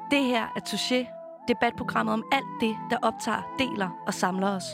Det her er Touché, debatprogrammet om alt det, der optager, deler og samler os.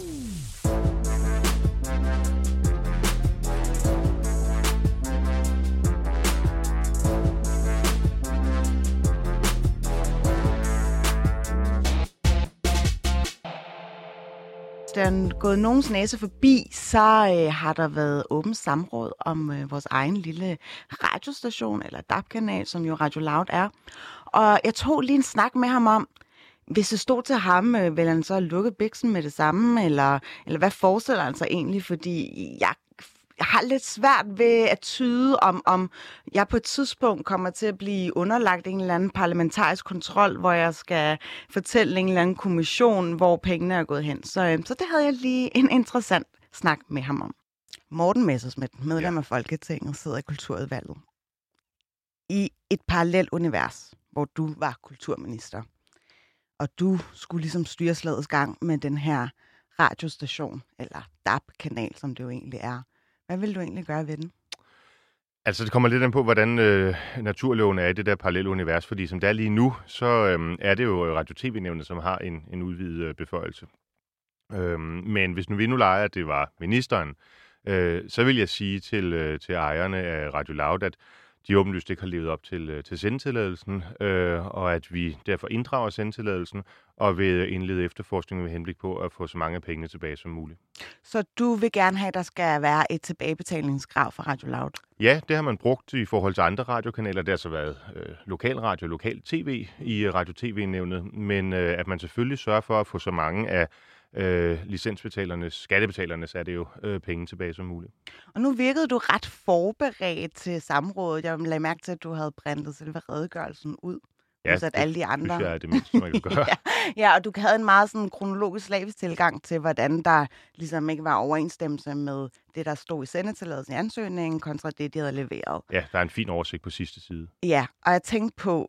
Den er gået nogens næse forbi, så har der været åbent samråd om vores egen lille radiostation, eller DAB-kanal, som jo Radio Loud er. Og jeg tog lige en snak med ham om, hvis det stod til ham, vil han så lukke biksen med det samme, eller hvad forestiller han sig egentlig? Fordi jeg har lidt svært ved at tyde, om jeg på et tidspunkt kommer til at blive underlagt en eller anden parlamentarisk kontrol, hvor jeg skal fortælle en eller anden kommission, hvor pengene er gået hen. Så det havde jeg lige en interessant snak med ham om. Morten Messerschmidt, medlem af Folketinget, sidder i Kulturudvalget. I et parallelt univers, hvor du var kulturminister, og du skulle ligesom styre slagets gang med den her radiostation, eller DAB-kanal, som det jo egentlig er. Hvad vil du egentlig gøre ved den? Altså, det kommer lidt an på, hvordan naturloven er i det der parallelle univers, fordi som det er lige nu, så er det jo Radio-TV-nævnet, som har en udvidet beføjelse. Men hvis vi nu leger, at det var ministeren, så vil jeg sige til ejerne af Radio Loud, at de åbenlyst ikke har levet op til sendetilladelsen, og at vi derfor inddrager sendetilladelsen og vil indlede efterforskning med henblik på at få så mange af pengene tilbage som muligt. Så du vil gerne have, at der skal være et tilbagebetalingskrav for Radio Loud? Ja, det har man brugt i forhold til andre radiokanaler. Det har så været lokalradio, lokal tv i Radio-TV-nævnet, men at man selvfølgelig sørger for at få så mange af licensbetalernes, skattebetalernes er det jo penge tilbage som muligt. Og nu virkede du ret forberedt til samrådet. Jeg lagde mærke til, at du havde printet selve redegørelsen ud. Ja, det alle de andre. synes jeg er det mindste, man kan gøre. ja, og du havde en meget sådan kronologisk slavisk tilgang til, hvordan der ligesom ikke var overensstemmelse med det, der stod i sendetilladelsen i ansøgningen, kontra det, de havde leveret. Ja, der er en fin oversigt på sidste side. Ja, og jeg tænkte på,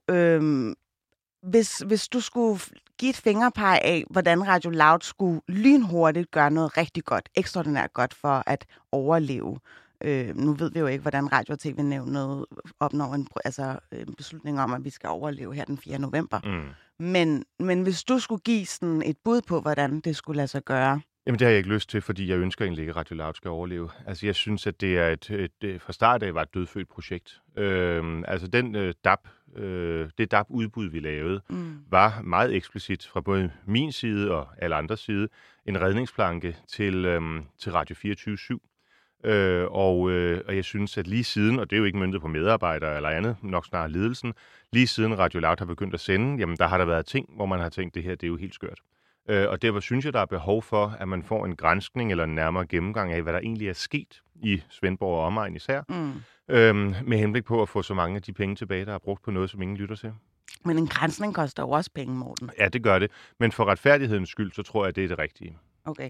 hvis du skulle give et fingerpeg af, hvordan Radio Loud skulle lynhurtigt gøre noget rigtig godt, ekstraordinært godt for at overleve. Nu ved vi jo ikke, hvordan Radio- og TV-nævnet opnår en beslutning om, at vi skal overleve her den 4. november. Men hvis du skulle give sådan et bud på, hvordan det skulle lade sig gøre? Jamen, det har jeg ikke lyst til, fordi jeg ønsker egentlig ikke, at Radio Loud skal overleve. Altså, jeg synes, at det er fra start af var et dødfødt projekt. Altså, det DAB-udbud, vi lavede, var meget eksplicit fra både min side og alle andres side en redningsplanke til Radio 24/7. Og jeg synes, at lige siden, og det er jo ikke møntet på medarbejdere eller andet, nok snarere ledelsen, lige siden Radio Loud har begyndt at sende, jamen der har der været ting, hvor man har tænkt, det her, det er jo helt skørt. Og derfor synes jeg, der er behov for, at man får en granskning eller en nærmere gennemgang af, hvad der egentlig er sket i Svendborg og omegn især, med henblik på at få så mange af de penge tilbage, der er brugt på noget, som ingen lytter til. Men en granskning koster jo også penge, Morten. Ja, det gør det. Men for retfærdighedens skyld, så tror jeg, det er det rigtige. Okay.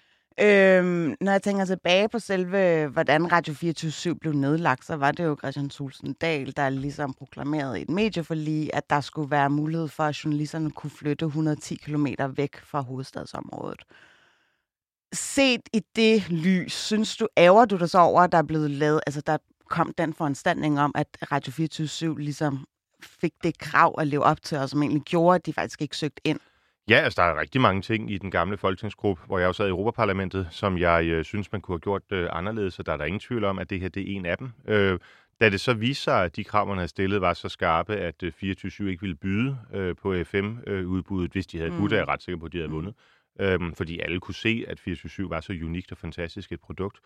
Når jeg tænker tilbage på selve, hvordan Radio 24/7 blev nedlagt, så var det jo Christian Thulesen Dahl, der ligesom proklamerede i et medieforlig, at der skulle være mulighed for, at journalisterne kunne flytte 110 kilometer væk fra hovedstadsområdet. Set i det lys, ærger du dig så over, at der er blevet lavet, altså der kom den foranstaltning om, at Radio 24/7 ligesom fik det krav at leve op til, og som egentlig gjorde, at de faktisk ikke søgte ind? Ja, altså der er rigtig mange ting i den gamle folketingsgruppe, hvor jeg også sad i Europaparlamentet, som jeg synes, man kunne have gjort anderledes, og der er der ingen tvivl om, at det her det er en af dem. Da det så viste sig, at de krav, man havde stillet, var så skarpe, at 24/7 ikke ville byde på FM-udbuddet, hvis de havde budt, er jeg ret sikker på, at de havde vundet. Fordi alle kunne se, at 24/7 var så unikt og fantastisk et produkt.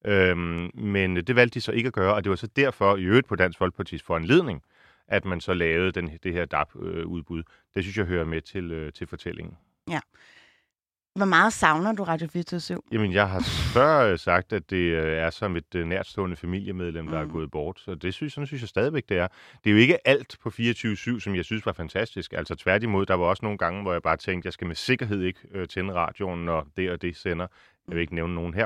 Men det valgte de så ikke at gøre, og det var så derfor, i øvrigt på Dansk Folkepartis foranledning, at man så lavede det her DAB-udbud. Det synes jeg hører med til fortællingen. Ja. Hvor meget savner du Radio 24/7? Jamen, jeg har før sagt, at det er som et nærtstående familiemedlem, der er gået bort. Så sådan synes jeg stadigvæk, det er. Det er jo ikke alt på 24/7, som jeg synes var fantastisk. Altså tværtimod, der var også nogle gange, hvor jeg bare tænkte, jeg skal med sikkerhed ikke tænde radioen, når det og det sender. Jeg vil ikke nævne nogen her.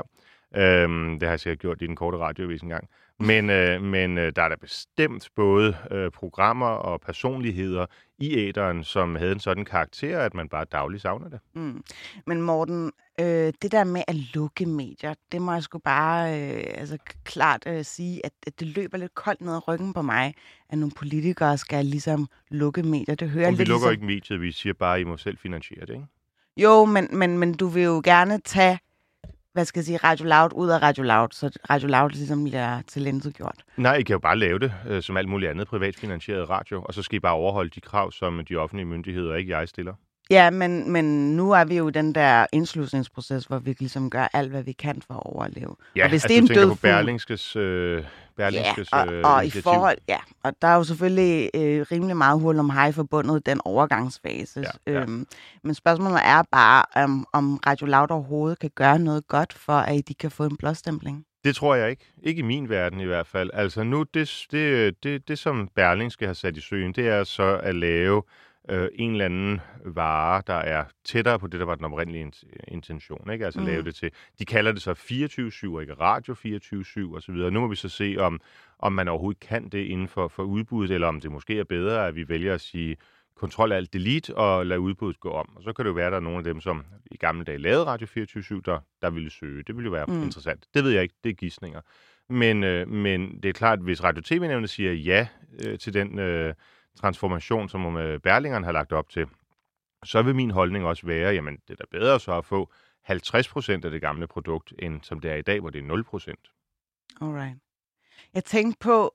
Det har jeg sikkert gjort i den korte radioavis engang. Men der er da bestemt både programmer og personligheder i æteren, som havde en sådan karakter, at man bare dagligt savner det. Mm. Men Morten, det der med at lukke medier, det må jeg sgu bare klart sige, at det løber lidt koldt ned ad ryggen på mig, at nogle politikere skal ligesom lukke medier. Det hører Vi lidt lukker ligesom... ikke mediet, vi siger bare, at I må selv finansiere det, ikke? Jo, men du vil jo gerne tage, Radio Loud ud af Radio Loud, så Radio Loud ligesom bliver tilintetgjort. Nej, I kan jo bare lave det, som alt muligt andet privatfinansieret radio, og så skal I bare overholde de krav, som de offentlige myndigheder, ikke jeg, stiller. Ja, men nu er vi jo i den der indslusningsproces, hvor vi ligesom gør alt, hvad vi kan for at overleve. Ja, og hvis altså det er en du tænker død på Berlingskes og i forhold, og der er jo selvfølgelig rimelig meget hul om hej forbundet i den overgangsfase. Ja. Men spørgsmålet er bare, om Radio Loud overhovedet kan gøre noget godt for, at de kan få en blåstempling. Det tror jeg ikke. Ikke i min verden i hvert fald. Altså nu, det som Berlingske har sat i søen, det er så at lave en eller anden vare, der er tættere på det, der var den oprindelige intention. Ikke? Altså lave det til, de kalder det så 24/7 og ikke Radio 24/7 og så videre. Nu må vi så se, om man overhovedet kan det inden for udbuddet, eller om det måske er bedre, at vi vælger at sige Ctrl Alt Delete og lade udbuddet gå om. Og så kan det jo være, at der er nogle af dem, som i gamle dage lavede Radio 24/7, der ville søge. Det ville jo være interessant. Det ved jeg ikke. Det er gidsninger. Men det er klart, at hvis Radio TV-nævnet siger ja til den transformation, som Berlingeren har lagt op til, så vil min holdning også være, jamen det er da bedre så at få 50% af det gamle produkt, end som det er i dag, hvor det er 0%. Alright. Jeg tænkte på,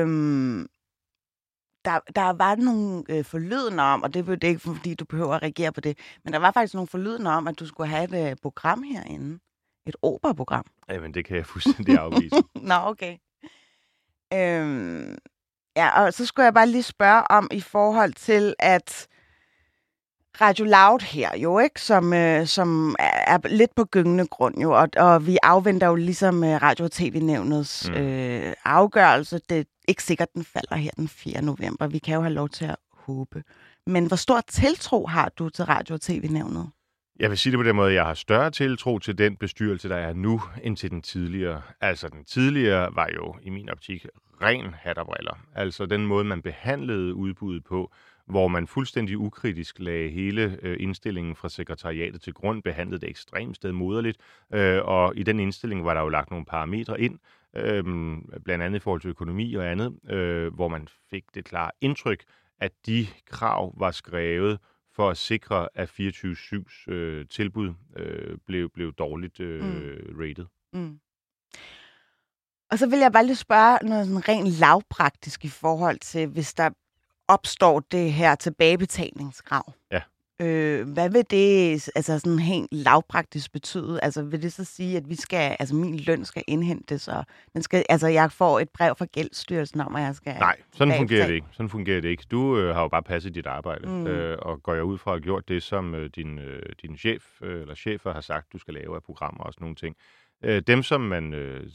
der var nogle forlydende om, og det er ikke, fordi du behøver at reagere på det, men der var faktisk nogle forlydende om, at du skulle have et program herinde. Et operaprogram. Jamen, det kan jeg fuldstændig afvise. Nå, okay. Ja, og så skulle jeg bare lige spørge om i forhold til, at Radio Loud her jo, ikke, som er lidt på gyngende grund jo, og vi afventer jo ligesom Radio- og TV-nævnets afgørelse. Det er ikke sikkert, den falder her den 4. november. Vi kan jo have lov til at håbe. Men hvor stor tiltro har du til Radio- og TV-nævnet? Jeg vil sige det på den måde, at jeg har større tiltro til den bestyrelse, der er nu, end til den tidligere. Altså, den tidligere var jo i min optik ren hatterbriller. Altså, den måde, man behandlede udbuddet på, hvor man fuldstændig ukritisk lagde hele indstillingen fra sekretariatet til grund, behandlede det ekstremt stedmoderligt, og i den indstilling var der jo lagt nogle parametre ind, blandt andet i forhold til økonomi og andet, hvor man fik det klare indtryk, at de krav var skrevet for at sikre, at 24/7's tilbud blev dårligt rated. Mm. Og så vil jeg bare lige spørge noget sådan rent lavpraktisk i forhold til, hvis der opstår det her tilbagebetalingskrav. Ja. Hvad vil det altså sådan helt lavpraktisk betyde? Altså vil det så sige, at min løn skal indhentes, og jeg får et brev fra Gældsstyrelsen om, at jeg skal... Nej, sådan fungerer det ikke. Du har jo bare passet dit arbejde, og går jeg ud fra at have gjort det, som din chef eller chefer har sagt, du skal lave af programmer og sådan nogle ting. Dem, som man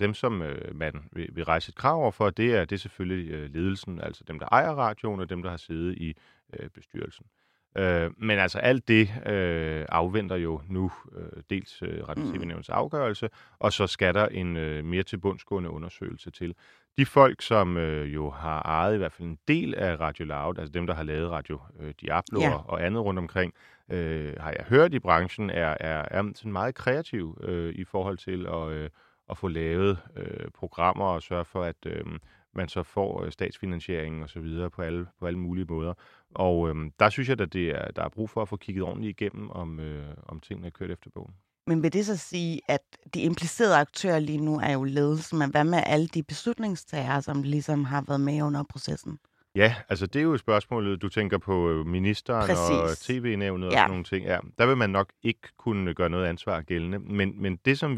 vil rejse et krav over for, det er selvfølgelig ledelsen, altså dem, der ejer radioen, og dem, der har siddet i bestyrelsen. Men altså alt det afventer jo nu dels Radio TV-nævnets afgørelse, og så skal der en mere tilbundsgående undersøgelse til. De folk, som jo har ejet i hvert fald en del af Radio Loud, altså dem, der har lavet Radio Diablo og andet rundt omkring, har jeg hørt i branchen, er sådan meget kreativ i forhold til at få lavet programmer og sørge for, at man så får statsfinansiering og så videre på alle mulige måder. Og der synes jeg, at der er brug for at få kigget ordentligt igennem, om tingene er kørt efter bogen. Men vil det så sige, at de implicerede aktører lige nu er jo ledelsen, men hvad med alle de beslutningstagere, som ligesom har været med under processen? Ja, altså det er jo spørgsmålet, du tænker på ministeren. Præcis. Og TV-nævnet og sådan nogle ting. Ja, der vil man nok ikke kunne gøre noget ansvar gældende, men det som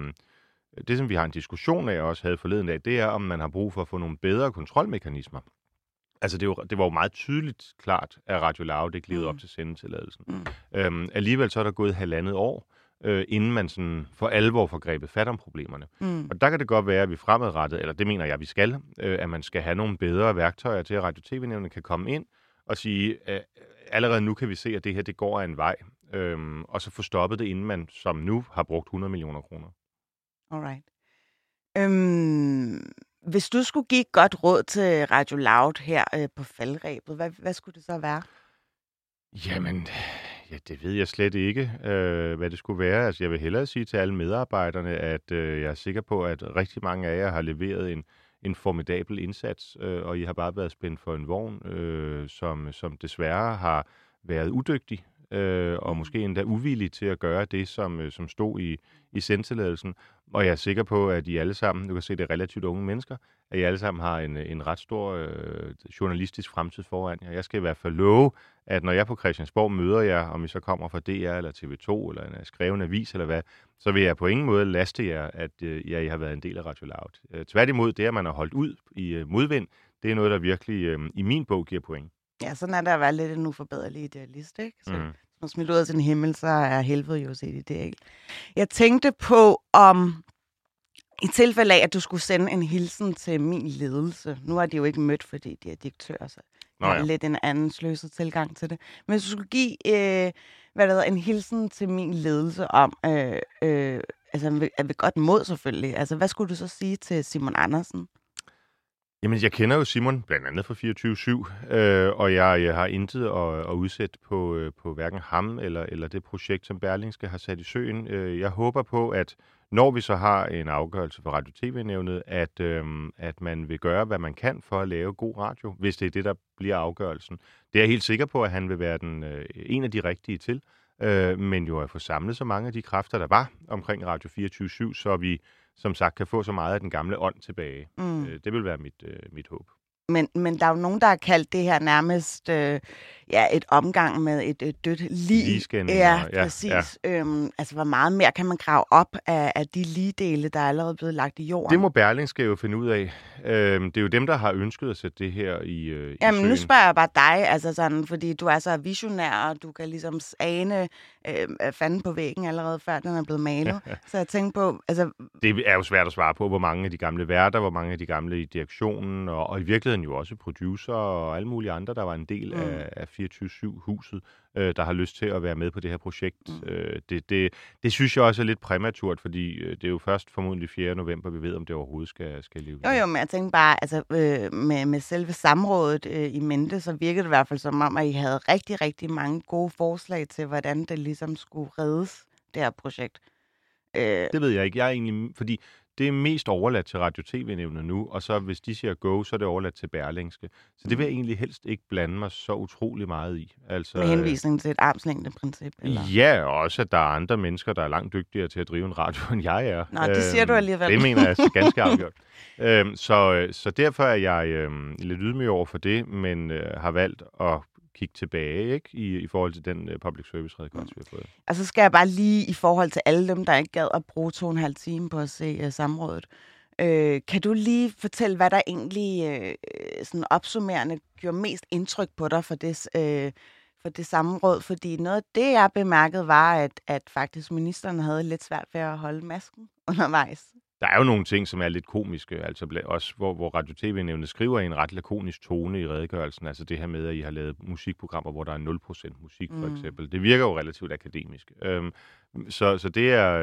vi har en diskussion af, og også havde forleden af, det er, om man har brug for at få nogle bedre kontrolmekanismer. Altså, det var jo meget tydeligt klart, at Radio Loud ikke levede op til sendetilladelsen. Alligevel så er der gået 1,5 år, inden man sådan for alvor får grebet fat om problemerne. Og der kan det godt være, at vi fremadrettet, eller det mener jeg, vi skal, at man skal have nogle bedre værktøjer til, at Radio TV-nævnet kan komme ind og sige, allerede nu kan vi se, at det her, det går af en vej, og så få stoppet det, inden man som nu har brugt 100 millioner kroner. Alright. Hvis du skulle give et godt råd til Radio Loud her på faldrebet, hvad skulle det så være? Jamen, ja, det ved jeg slet ikke, hvad det skulle være. Altså, jeg vil hellere sige til alle medarbejderne, at jeg er sikker på, at rigtig mange af jer har leveret en formidabel indsats, og I har bare været spændt for en vogn, som desværre har været udygtig, og måske endda uvillig til at gøre det, som stod i sendtilladelsen. Og jeg er sikker på, at I alle sammen, du kan se, det er relativt unge mennesker, at I alle sammen har en ret stor journalistisk fremtid foran jer. Jeg skal i hvert fald love, at når jeg på Christiansborg møder jer, om I så kommer fra DR eller TV2 eller en skreven avis eller hvad, så vil jeg på ingen måde laste jer, at I har været en del af Radio Loud. Tværtimod, det at man har holdt ud i modvind, det er noget, der virkelig i min bog giver point. Ja, sådan er der at være lidt en uforbederlig idealist, ikke? Så hvis man smidt ud af sin himmel, så er helvede jo set ideal. Jeg tænkte på, om i tilfælde af, at du skulle sende en hilsen til min ledelse. Nu har de jo ikke mødt, fordi de er direktører, så jeg har lidt en anden sløset tilgang til det. Men hvis du skulle give en hilsen til min ledelse om, altså ved godt mod selvfølgelig, altså hvad skulle du så sige til Simon Andersen? Jamen, jeg kender jo Simon, blandt andet fra 24/7, og jeg har intet at udsætte på hverken ham eller det projekt, som Berlingske har sat i søen. Jeg håber på, at når vi så har en afgørelse for Radio-TV-nævnet, at man vil gøre, hvad man kan for at lave god radio, hvis det er det, der bliver afgørelsen. Det er jeg helt sikker på, at han vil være en af de rigtige til, men jo at få samlet så mange af de kræfter, der var omkring Radio 24/7, så vi som sagt kan få så meget af den gamle ånd tilbage. Det vil være mit håb. Men der er jo nogen, der har kaldt det her nærmest et omgang med et dødt lig. Ja, præcis. Ja. Altså, hvor meget mere kan man grave op af de ligdele, der er allerede blevet lagt i jorden? Det må Berlingske jo finde ud af. Det er jo dem, der har ønsket at sætte det her i Jamen, søen. Nu spørger jeg bare dig, altså sådan, fordi du er så visionær, og du kan ligesom ane fanden på væggen allerede før den er blevet malet. Så jeg tænkte på, altså... Det er jo svært at svare på, hvor mange af de gamle værter, hvor mange af de gamle i direktionen, og i virkeligheden jo også producer og alle mulige andre, der var en del af 24/7-huset, der har lyst til at være med på det her projekt. Det synes jeg også er lidt præmaturt, fordi det er jo først formodentlig 4. november, vi ved, om det overhovedet skal leve. Jo, men jeg tænker bare, altså med selve samrådet i mente, så virkede det i hvert fald som om, at I havde rigtig, rigtig mange gode forslag til, hvordan det ligesom skulle reddes, det her projekt. Det ved jeg ikke. Jeg er egentlig, fordi det er mest overladt til Radio-TV-nævnet nu, og så hvis de siger go, så er det overladt til Berlingske. Så det vil jeg egentlig helst ikke blande mig så utrolig meget i. Altså, med henvisning til et armslængdeprincip? Eller? Ja, og også at der er andre mennesker, der er langt dygtigere til at drive en radio, end jeg er. Nå, det siger du alligevel. Det mener jeg ganske afgjort. Så derfor er jeg lidt ydmyg over for det, men har valgt at kigge tilbage, ikke, i forhold til den public service redegørelse, vi har fået. Og så skal jeg bare lige i forhold til alle dem, der ikke gad at bruge 2,5 timer på at se samrådet. Kan du lige fortælle, hvad der egentlig sådan opsummerende gjorde mest indtryk på dig for det samråd? Fordi noget af det, jeg bemærkede, var, at faktisk ministeren havde lidt svært ved at holde masken undervejs. Der er jo nogle ting, som er lidt komiske, altså også hvor Radio-TV-nævnet skriver i en ret lakonisk tone i redegørelsen, altså det her med, at I har lavet musikprogrammer, hvor der er 0% musik, for eksempel. Det virker jo relativt akademisk. Så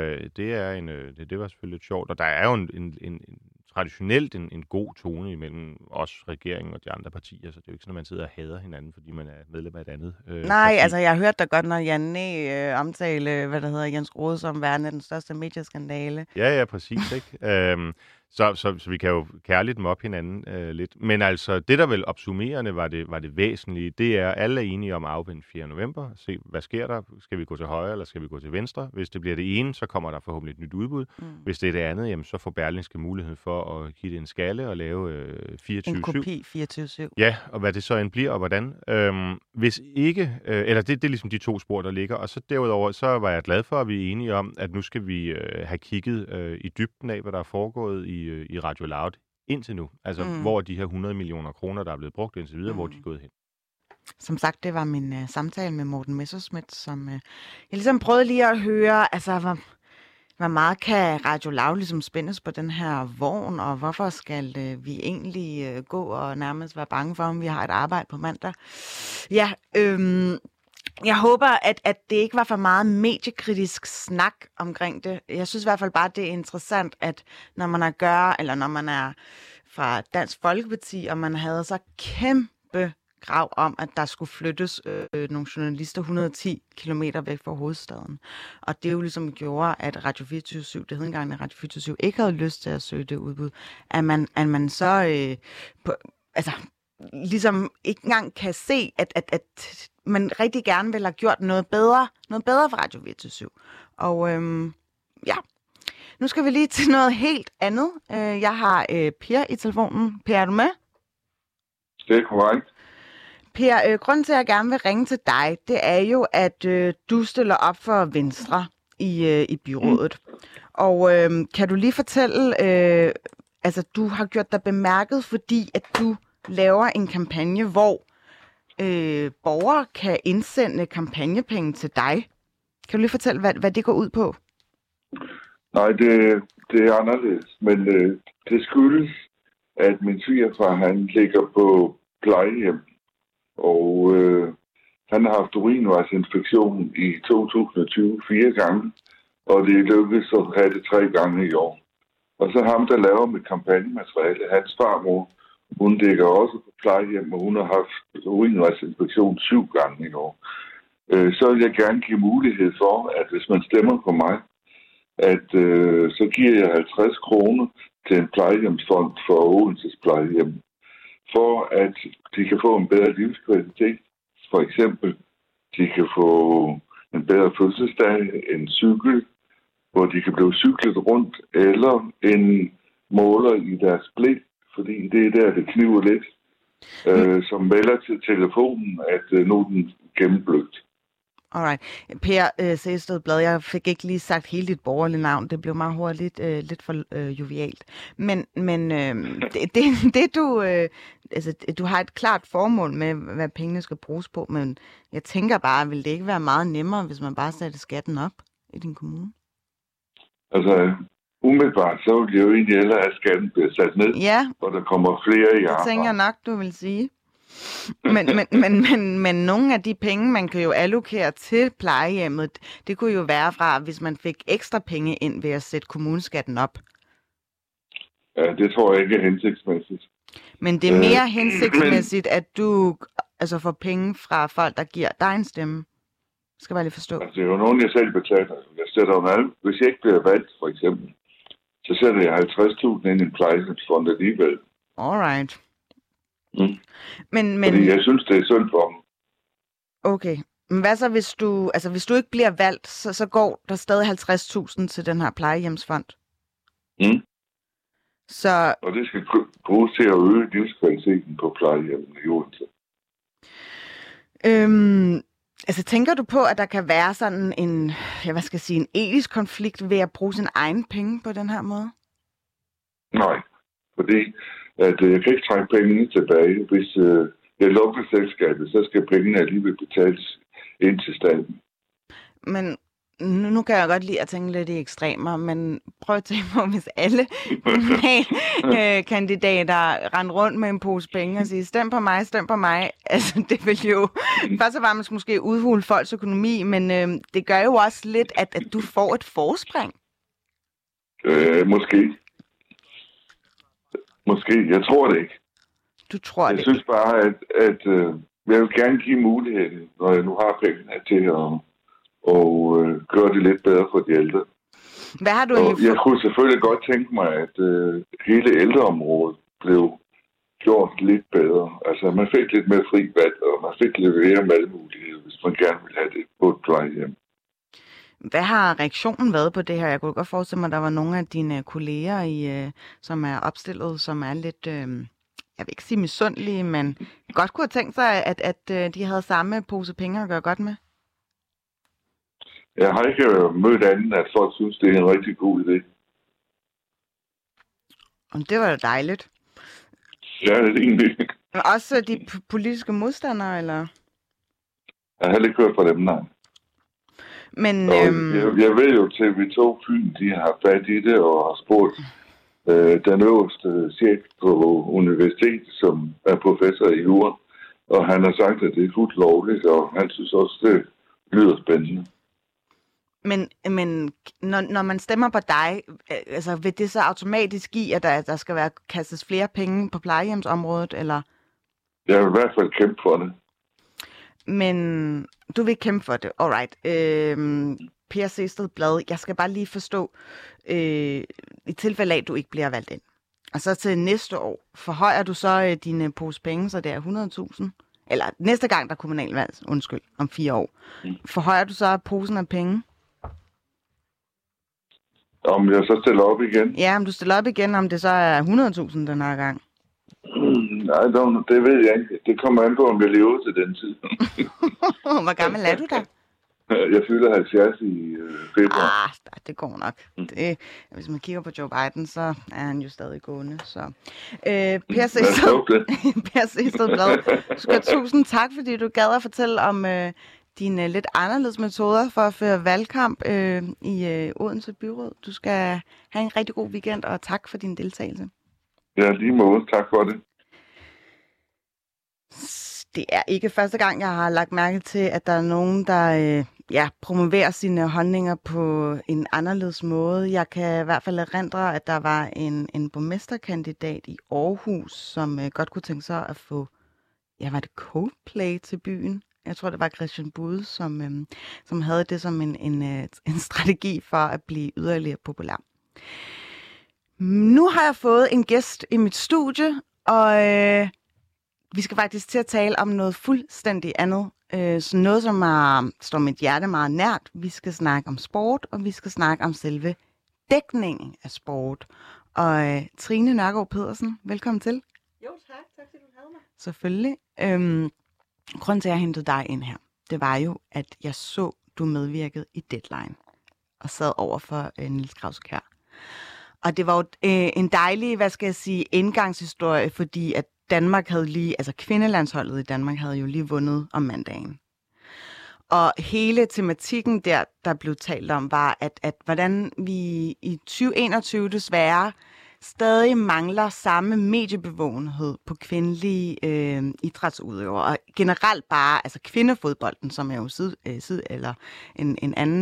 det var selvfølgelig lidt sjovt, og der er jo traditionelt en god tone imellem os, regeringen og de andre partier, så det er jo ikke sådan, at man sidder og hader hinanden, fordi man er medlem af et andet Nej, parti. Altså jeg har hørt da godt, når Janne omtale, Jens Rohde som værende den største medieskandale. Ja, præcis, ikke? Så vi kan jo kærligt moppe hinanden lidt. Men altså, det der vel opsummerende var det væsentlige, det er, alle er enige om at afvente 4. november. Se, hvad sker der? Skal vi gå til højre, eller skal vi gå til venstre? Hvis det bliver det ene, så kommer der forhåbentlig et nyt udbud. Hvis det er det andet, jamen, så får Berlingske mulighed for at give det en skalle og lave 24/7. En kopi 24/7. Ja, og hvad det så end bliver, og hvordan. Hvis ikke, eller det er ligesom de to spor, der ligger. Og så derudover, så var jeg glad for, at vi er enige om, at nu skal vi have kigget i dybden af, hvad der er foregået i Radio Loud indtil nu. Altså, hvor de her 100 millioner kroner, der er blevet brugt indtil videre, hvor de er gået hen. Som sagt, det var min samtale med Morten Messerschmidt, som jeg ligesom prøvede lige at høre, altså, hvor meget kan Radio Loud ligesom spændes på den her vogn, og hvorfor skal vi egentlig gå og nærmest være bange for, om vi har et arbejde på mandag? Ja, Jeg håber, at det ikke var for meget mediekritisk snak omkring det. Jeg synes i hvert fald bare, det er interessant, at når man eller når man er fra Dansk Folkeparti, og man havde så kæmpe krav om, at der skulle flyttes nogle journalister 110 kilometer væk fra hovedstaden. Og det jo ligesom gjorde, at Radio 24/7, det hed engang, at Radio 24/7 ikke havde lyst til at søge det udbud, at man så ligesom ikke engang kan se, at man rigtig gerne vil have gjort noget bedre for Radio 24/7. Og ja, nu skal vi lige til noget helt andet. Jeg har Per i telefonen. Per, er du med? Det er korrekt. Per, grunden til, at jeg gerne vil ringe til dig, det er jo, at du stiller op for Venstre i byrådet. Og kan du lige fortælle, du har gjort dig bemærket, fordi at du laver en kampagne, hvor borgere kan indsende kampagnepenge til dig. Kan du lige fortælle, hvad det går ud på? Nej, det er anderledes, men det skyldes, at min svigerfar, han ligger på plejehjem, og han har haft urinvejsinfektion i 2020 4 gange, og det er lykkedes at have det 3 gange i år. Og så ham, der laver med kampagnemateriale, hans farmor, hun ligger også på plejehjem, og hun har haft urinvejsinfektion 7 gange i år. Så vil jeg gerne give mulighed for, at hvis man stemmer på mig, at så giver jeg 50 kroner til en plejehjemsfond for Odenses plejehjem, for at de kan få en bedre livskvalitet. For eksempel, de kan få en bedre fødselsdag, en cykel, hvor de kan blive cyklet rundt, eller en måler i deres blik, fordi det er der, det kniver lidt, som melder til telefonen, at nu er den gennemblødt. Alright. Per Sehested Blad, jeg fik ikke lige sagt hele dit borgerlige navn. Det blev meget hurtigt lidt for jovialt. Men du har et klart formål med, hvad pengene skal bruges på, men jeg tænker bare, vil det ikke være meget nemmere, hvis man bare satte skatten op i din kommune? Altså, umiddelbart, så vil jeg jo egentlig hellere, at skatten bliver sat ned, og der kommer flere i arbejde. Det tænker jeg nok, du vil sige. Men nogle af de penge, man kan jo allokere til plejehjemmet, det kunne jo være fra, hvis man fik ekstra penge ind ved at sætte kommuneskatten op. Ja, det tror jeg ikke er hensigtsmæssigt. Men det er mere hensigtsmæssigt, at du får penge fra folk, der giver dig en stemme. Skal jeg bare lige forstå. Altså, det er jo nogen, jeg selv betaler. Jeg sætter jo alt. Hvis jeg ikke bliver valgt, for eksempel, så sætter jeg 50.000 ind i en plejehjemsfond alligevel. Alright. Men fordi jeg synes, det er synd for dem. Okay. Men hvad så, hvis du ikke bliver valgt, så går der stadig 50.000 til den her plejehjemsfond? Så... Og det skal bruges til at øge livskvaliteten på plejehjemmen i Odense. Tænker du på, at der kan være sådan en etisk konflikt ved at bruge sin egen penge på den her måde? Nej, fordi at jeg kan ikke trække pengene tilbage. Hvis jeg lukker selskabet, så skal pengene alligevel betales ind til staten. Men nu kan jeg godt lide at tænke lidt i ekstremer, men prøv at tænke på, hvis alle kandidater rendte rundt med en pose penge og sige, stem på mig, stem på mig. Altså, det vil jo først og fremmest måske udhule folks økonomi, men det gør jo også lidt, at du får et forspring. Måske. Jeg tror det ikke. Du tror det ikke? Jeg synes bare, at jeg vil gerne give muligheden, når jeg nu har pengene til at gøre det lidt bedre for de ældre. Hvad har du jeg kunne selvfølgelig godt tænke mig, at hele ældreområdet blev gjort lidt bedre. Altså, man fik lidt mere fri valg, og man fik lidt mere valgmuligheder, hvis man gerne ville have det på et plejehjem. Hvad har reaktionen været på det her? Jeg kunne godt forestille mig, at der var nogle af dine kolleger, som er opstillet, som er lidt, jeg vil ikke sige misundelige, men godt kunne have tænkt sig, at de havde samme pose penge at gøre godt med. Jeg har ikke mødt andet, at folk synes, det er en rigtig god idé. Og det var da dejligt. Ja, det er egentlig. Også de politiske modstandere, eller? Jeg har heller ikke hørt fra dem, nej. Men, jeg ved jo, til TV2 Fyn, de har fat i det og har spurgt den øverste chef på universitetet, som er professor i jura, Og han har sagt, at det er fuldt lovligt, og han synes også, det lyder spændende. Men når man stemmer på dig, altså vil det så automatisk give, at der skal være kastes flere penge på plejehjemsområdet, eller? Jeg vil i hvert fald kæmpe for det. Men du vil kæmpe for det, alright. Per Sehested Blad, jeg skal bare lige forstå, i tilfælde af, at du ikke bliver valgt ind. Og så til næste år, forhøjer du så dine pose penge, så det er 100.000? Eller næste gang, der er kommunalvalg, om 4 år. Forhøjer du så posen af penge? Om jeg så stiller op igen? Ja, om du stiller op igen, om det så er 100.000 den her gang. Nej, det ved jeg ikke. Det kommer an på, om jeg lever til den tid. Hvor gammel er du da? Jeg fylder 70 i februar. Det går nok. Hvis man kigger på Joe Biden, så er han jo stadig gående. Så. Per Sehested Blad, skal tusind tak, fordi du gad at fortælle om dine lidt anderledes metoder for at føre valgkamp i Odense Byråd. Du skal have en rigtig god weekend, og tak for din deltagelse. Ja, lige måde. Tak for det. Det er ikke første gang, jeg har lagt mærke til, at der er nogen, der promoverer sine holdninger på en anderledes måde. Jeg kan i hvert fald erindre, at der var en borgmesterkandidat i Aarhus, som godt kunne tænke sig at få, var det Coldplay til byen? Jeg tror, det var Christian Bude, som havde det som en strategi for at blive yderligere populær. Nu har jeg fået en gæst i mit studie, og vi skal faktisk til at tale om noget fuldstændig andet. Så noget, som står mit hjerte meget nært. Vi skal snakke om sport, og vi skal snakke om selve dækningen af sport. Og Trine Nørgaard Pedersen, velkommen til. Jo, tak. Tak fordi du havde mig. Selvfølgelig. Grunden til, at jeg hentede dig ind her, det var jo, at jeg så, du medvirkede i Deadline og sad over for Niels Krause-Kjær. Og det var jo en dejlig, indgangshistorie, fordi at Danmark havde kvindelandsholdet i Danmark havde jo lige vundet om mandagen. Og hele tematikken der blev talt om, var, at hvordan vi i 2021 desværre stadig mangler samme mediebevågenhed på kvindelige idrætsudøvere. Og generelt bare, kvindefodbolden, som er jo eller en anden,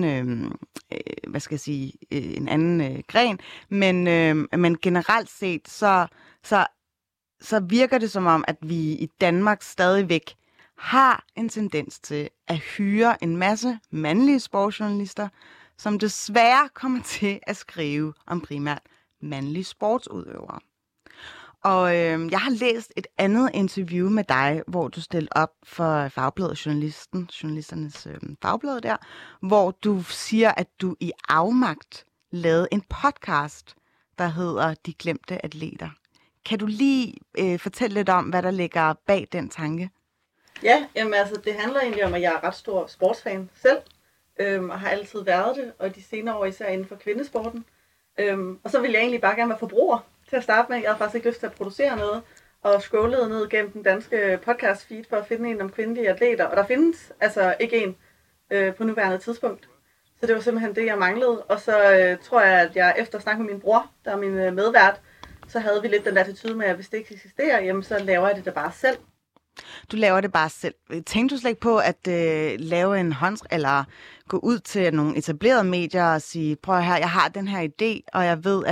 en anden gren. Men generelt set, så virker det som om, at vi i Danmark stadigvæk har en tendens til at hyre en masse mandlige sportsjournalister, som desværre kommer til at skrive om primært mandlige sportsudøvere. Og jeg har læst et andet interview med dig, hvor du stillede op for Fagbladet journalisternes fagblad der, hvor du siger, at du i afmagt lavede en podcast, der hedder De Glemte Atleter. Kan du lige fortælle lidt om, hvad der ligger bag den tanke? Ja, det handler egentlig om, at jeg er ret stor sportsfan selv, og har altid været det, og de senere år især inden for kvindesporten. Og så ville jeg egentlig bare gerne være forbruger til at starte med. Jeg havde faktisk ikke lyst til at producere noget, og scrollede ned gennem den danske podcast feed for at finde en om kvindelige atleter. Og der findes ikke en på nuværende tidspunkt. Så det var simpelthen det, jeg manglede. Og så tror jeg, at jeg efter at snakke med min bror, der er min medvært, så havde vi lidt den der attitude med, at hvis det ikke eksisterer, jamen så laver jeg det da bare selv. Du laver det bare selv. Tænkte du slet ikke på at lave en eller gå ud til nogle etablerede medier og sige, prøv her, jeg har den her idé, og jeg ved,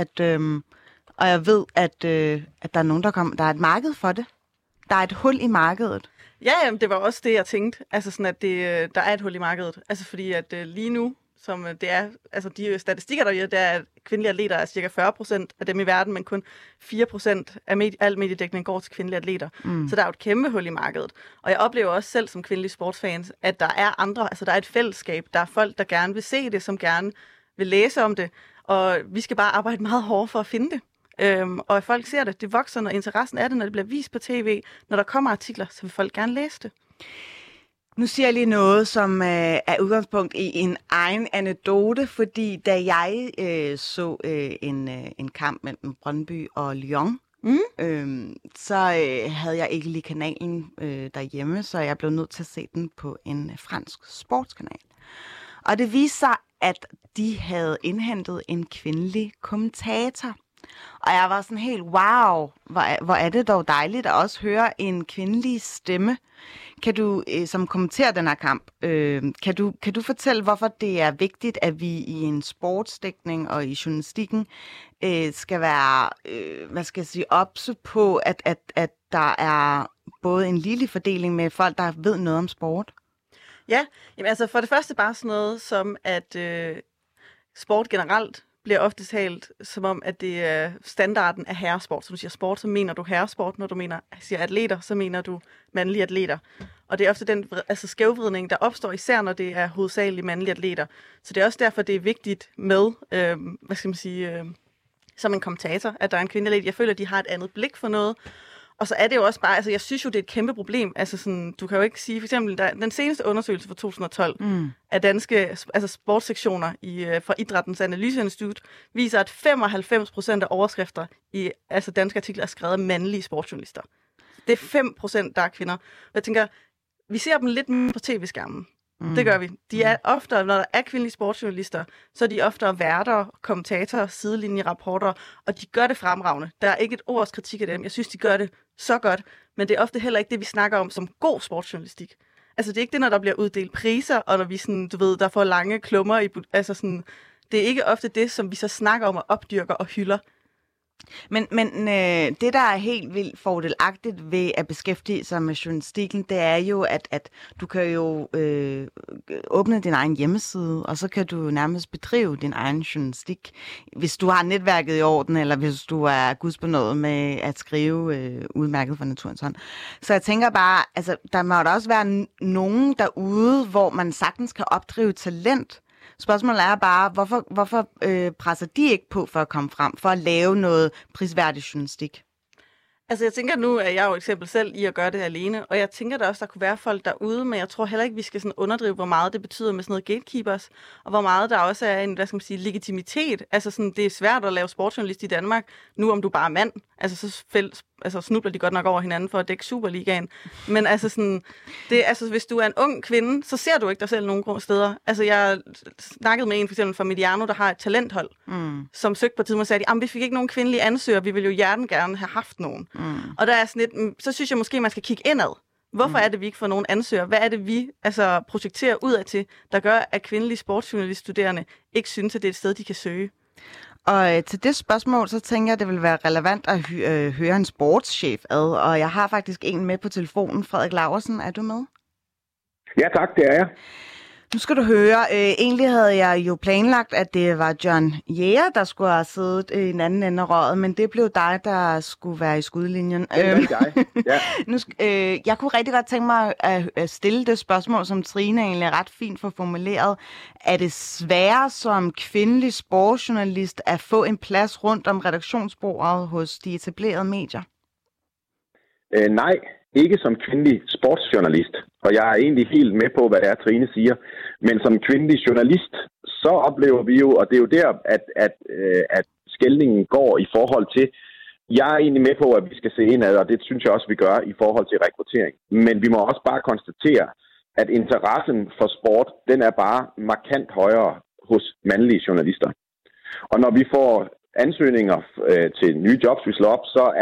at der er nogen, der er et marked for det. Der er et hul i markedet. Ja, jamen, det var også det, jeg tænkte. Der er et hul i markedet. Fordi at lige nu, som det er, de statistikker, der er, at kvindelige atleter er cirka 40% af dem i verden, men kun 4% af al mediedækning går til kvindelige atleter. Så der er jo et kæmpe hul i markedet. Og jeg oplever også selv som kvindelig sportsfans, at der er andre, der er et fællesskab. Der er folk, der gerne vil se det, som gerne vil læse om det. Og vi skal bare arbejde meget hårdt for at finde det. Og at folk ser det, det vokser, når interessen er det, når det bliver vist på tv. Når der kommer artikler, så vil folk gerne læse det. Nu siger jeg lige noget, som er udgangspunkt i en egen anekdote, fordi da jeg så en kamp mellem Brøndby og Lyon, så havde jeg ikke lige kanalen derhjemme, så jeg blev nødt til at se den på en fransk sportskanal. Og det viste sig, at de havde indhentet en kvindelig kommentator. Og jeg var sådan helt, wow, hvor er det dog dejligt at også høre en kvindelig stemme. Kan du, som kommenterer den her kamp, kan du fortælle, hvorfor det er vigtigt, at vi i en sportsdækning og i journalistikken skal være, opse på, at der er både en ligelig fordeling med folk, der ved noget om sport? Ja, jamen altså for det første bare sådan noget som, at sport generelt bliver ofte talt som om, at det er standarden af herresport. Så du siger sport, så mener du herresport. Når du siger atleter, så mener du mandlige atleter. Og det er ofte den skævvridning, der opstår, især når det er hovedsageligt mandlige atleter. Så det er også derfor, det er vigtigt med, som en kommentator, at der er en kvindelig atlet. Jeg føler, at de har et andet blik for noget. Og så er det jo også bare, jeg synes jo, det er et kæmpe problem. Altså sådan, du kan jo ikke sige, for eksempel, den seneste undersøgelse fra 2012 af danske sportssektioner fra Idrættens Analyseinstitut viser, at 95% af overskrifter i danske artikler er skrevet af mandlige sportsjournalister. Det er 5%, der er kvinder. Og jeg tænker, vi ser dem lidt på tv-skærmen. Det gør vi. De er ofte, når der er kvindelige sportsjournalister, så er de ofte værter, kommentatorer, sidelinjerapporter, og de gør det fremragende. Der er ikke et ords kritik af dem. Jeg synes, de gør det så godt, men det er ofte heller ikke det, vi snakker om som god sportsjournalistik. Altså, det er ikke det, når der bliver uddelt priser, og når vi sådan, der får lange klummer i... det er ikke ofte det, som vi så snakker om og opdyrker og hylder. Men det, der er helt vildt fordelagtigt ved at beskæftige sig med journalistikken, det er jo, at du kan jo åbne din egen hjemmeside, og så kan du nærmest bedrive din egen journalistik, hvis du har netværket i orden, eller hvis du er gudsbenået med at skrive udmærket for naturens hånd. Så jeg tænker bare, der må da også være nogen derude, hvor man sagtens kan opdrive talent. Spørgsmålet er bare, hvorfor presser de ikke på for at komme frem, for at lave noget prisværdig journalistik? Altså jeg tænker nu, at jeg jo eksempel selv i at gøre det alene, og jeg tænker da også, der kunne være folk derude, men jeg tror heller ikke, vi skal sådan underdrive, hvor meget det betyder med sådan noget gatekeepers, og hvor meget der også er en, legitimitet. Altså sådan, det er svært at lave sportsjournalist i Danmark, nu om du bare er mand. Så snubler de godt nok over hinanden for at dække Superligaen. Men hvis du er en ung kvinde, så ser du ikke dig selv nogen steder. Altså jeg snakkede med en for eksempel fra Mediano, der har et talenthold, som søgte på et tidspunkt og sagde, vi fik ikke nogen kvindelige ansøgere, vi ville jo gerne have haft nogen. Og der er sådan lidt, så synes jeg måske, man skal kigge indad. Hvorfor er det, vi ikke får nogen ansøgere? Hvad er det, vi projekterer udad til, der gør, at kvindelige sportsjournaliststuderende ikke synes, at det er et sted, de kan søge? Og til det spørgsmål, så tænker jeg, det vil være relevant at høre en sportschef ad. Og jeg har faktisk en med på telefonen. Frederik Laursen, er du med? Ja tak, det er jeg. Nu skal du høre, egentlig havde jeg jo planlagt, at det var John Jæger, der skulle have siddet i en anden ende af røret, men det blev dig, der skulle være i skudlinjen. Ja. Jeg kunne rigtig godt tænke mig at stille det spørgsmål, som Trine egentlig ret fint får formuleret. Er det sværere som kvindelig sportsjournalist at få en plads rundt om redaktionsbordet hos de etablerede medier? Nej, ikke som kvindelig sportsjournalist. Og jeg er egentlig helt med på, hvad det er, Trine siger. Men som kvindelig journalist, så oplever vi jo, og det er jo der, at skelningen går i forhold til, jeg er egentlig med på, at vi skal se indad, og det synes jeg også, vi gør i forhold til rekruttering. Men vi må også bare konstatere, at interessen for sport, den er bare markant højere hos mandlige journalister. Og når vi får ansøgninger til nye jobs, vi slår op, så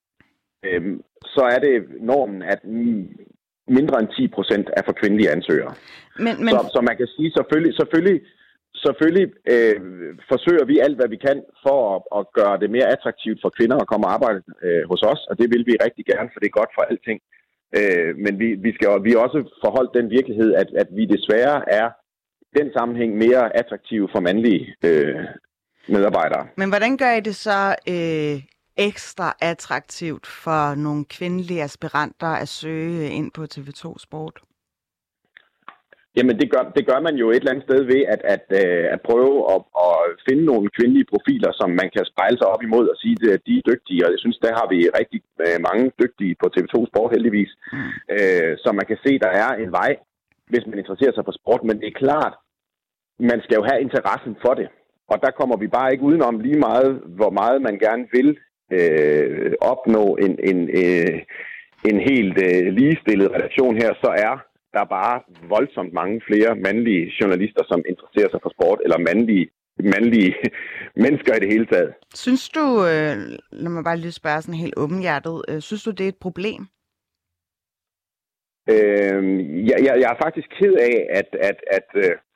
er det normen, at mindre end 10% er for kvindelige ansøgere. Så man kan sige, selvfølgelig forsøger vi alt, hvad vi kan for at gøre det mere attraktivt for kvinder at komme og arbejde hos os, og det vil vi rigtig gerne, for det er godt for alting. Men vi er også forholdt den virkelighed, at vi desværre er den sammenhæng mere attraktive for mandlige medarbejdere. Men hvordan gør I det så ekstra attraktivt for nogle kvindelige aspiranter at søge ind på TV2 Sport? Jamen det gør man jo et eller andet sted ved at prøve at finde nogle kvindelige profiler, som man kan spejle sig op imod og sige, at de er dygtige. Og jeg synes, der har vi rigtig mange dygtige på TV2 Sport heldigvis. Så man kan se, der er en vej, hvis man interesserer sig for sport. Men det er klart, man skal jo have interessen for det. Og der kommer vi bare ikke udenom lige meget, hvor meget man gerne vil opnå en helt ligestillet redaktion her, så er der bare voldsomt mange flere mandlige journalister, som interesserer sig for sport, eller mandlige mandlige mennesker i det hele taget. Synes du, lad mig bare lige spørge sådan helt åbenhjertet, synes du, det er et problem? Jeg er faktisk ked af, at